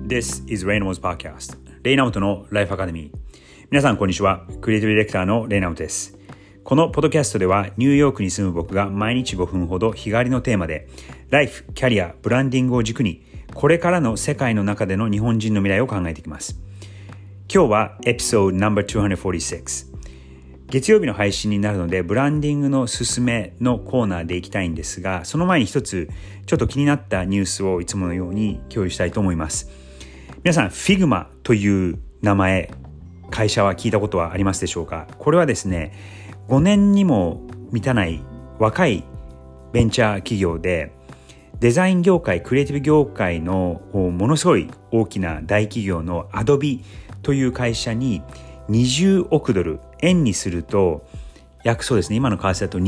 This is Reynolds Podcast レイナウトのライフアカデミー。皆さんこんにちは。クリエイティブディレクターのレイナウトです。このポッドキャストではニューヨークに住む僕が毎日5分ほど日替わりのテーマでライフ、キャリア、ブランディングを軸にこれからの世界の中での日本人の未来を考えていきます。今日はエピソード No.246、月曜日の配信になるのでブランディングのすすめのコーナーでいきたいんですが、その前に一つちょっと気になったニュースをいつものように共有したいと思います。皆さん Figma という名前、会社は聞いたことはありますでしょうか？これはですね、5年にも満たない若いベンチャー企業で、デザイン業界、クリエイティブ業界のものすごい大きな大企業の Adobe という会社に20億ドル、円にすると約そうですね、今の為替だと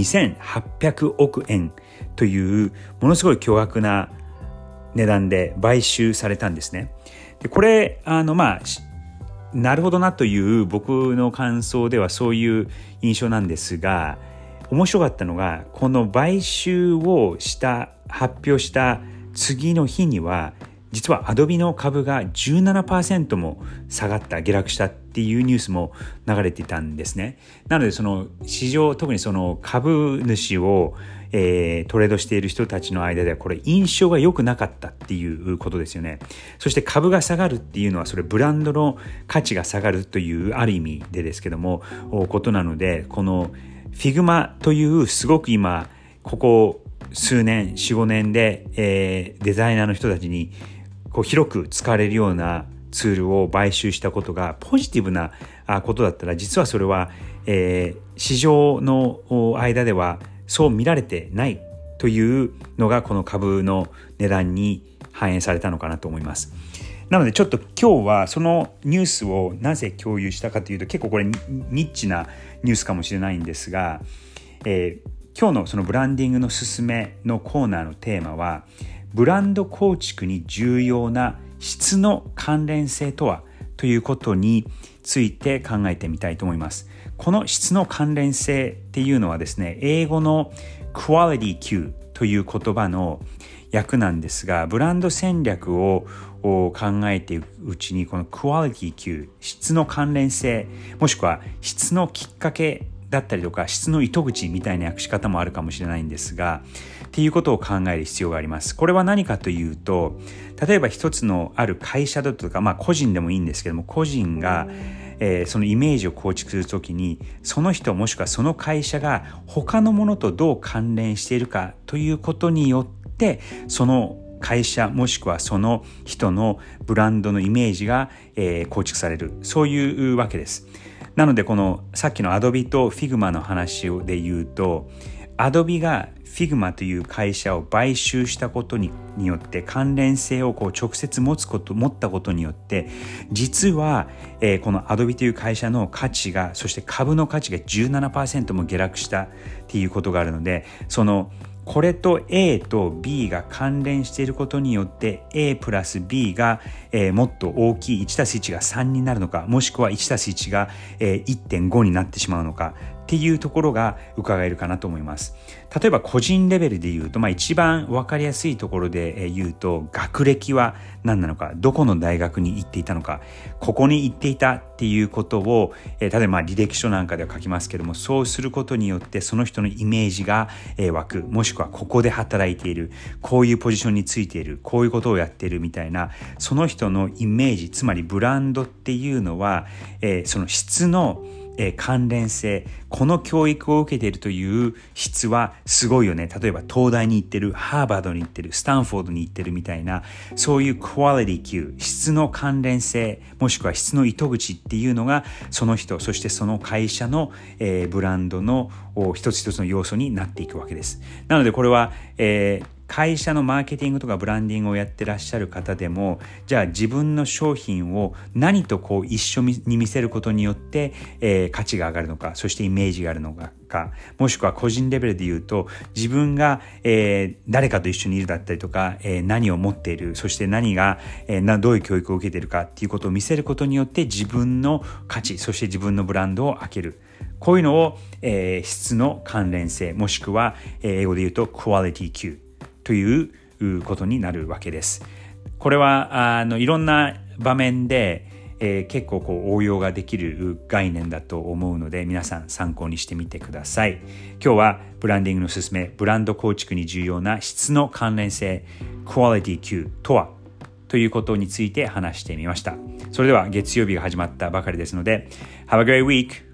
2800億円というものすごい巨額な値段で買収されたんですね。でこれなるほどなという僕の感想ではそういう印象なんですが、面白かったのがこの買収を発表した次の日には実は Adobe の株が 17% も下落したっていうニュースも流れていたんですね。なのでその市場、特にその株主を、トレードしている人たちの間ではこれ印象が良くなかったっていうことですよね。そして株が下がるっていうのはそれブランドの価値が下がるというある意味でですけどもことなので、この Figma というすごく今ここ数年 4,5 年で、デザイナーの人たちに広く使われるようなツールを買収したことがポジティブなことだったら、実はそれは、市場の間ではそう見られてないというのがこの株の値段に反映されたのかなと思います。なのでちょっと今日はそのニュースをなぜ共有したかというと、結構これニッチなニュースかもしれないんですが、今日のそのブランディングのすすめのコーナーのテーマは、ブランド構築に重要な質の関連性とはということについて考えてみたいと思います。この質の関連性っていうのはですね、英語の Quality Q という言葉の訳なんですが、ブランド戦略を考えていくうちにこの Quality Q、質の関連性、もしくは質のきっかけだったりとか質の糸口みたいな訳し方もあるかもしれないんですが、っていうことを考える必要があります。これは何かというと、例えば一つのある会社だとか、個人でもいいんですけども、個人が、そのイメージを構築するときに、その人もしくはその会社が他のものとどう関連しているかということによって、その会社もしくはその人のブランドのイメージが、構築される、そういうわけです。なのでこのさっきの Adobe と Figma の話で言うと、Adobe が Figma という会社を買収したことによって関連性を直接持ったことによって、実は、この Adobe という会社の価値が、そして株の価値が 17% も下落したっていうことがあるので、これと A と B が関連していることによって A プラス B が、もっと大きい 1+1 が3になるのか、もしくは 1+1 が、1.5 になってしまうのかっていうところが伺えるかなと思います。例えば個人レベルで言うと、一番わかりやすいところで言うと、学歴は何なのか、どこの大学に行っていたのか、ここに行っていたっていうことを、例えば履歴書なんかでは書きますけども、そうすることによってその人のイメージが湧く、もしくはここで働いている、こういうポジションについている、こういうことをやっているみたいな、その人のイメージ、つまりブランドっていうのは、その質の関連性、この教育を受けているという質はすごいよね。例えば東大に行ってる、ハーバードに行ってる、スタンフォードに行ってるみたいな、そういうクオリティ級、質の関連性、もしくは質の糸口っていうのがその人、そしてその会社の、ブランドの一つ一つの要素になっていくわけです。なのでこれは、会社のマーケティングとかブランディングをやってらっしゃる方でも、じゃあ自分の商品を何と一緒に見せることによって、価値が上がるのか、そしてイメージがあるのか、もしくは個人レベルで言うと、自分が、誰かと一緒にいるだったりとか、何を持っている、そして何が、どういう教育を受けているかっていうことを見せることによって自分の価値、そして自分のブランドを開ける。こういうのを、質の関連性、もしくは、英語で言うと Quality Q ということになるわけです。 これはいろんな場面で、結構応用ができる概念だと思うので、皆さん参考にしてみてください。今日はブランディングのすすめ、ブランド構築に重要な質の関連性、Quality Q とはということについて話してみました。それでは月曜日が始まったばかりですので、Have a great week!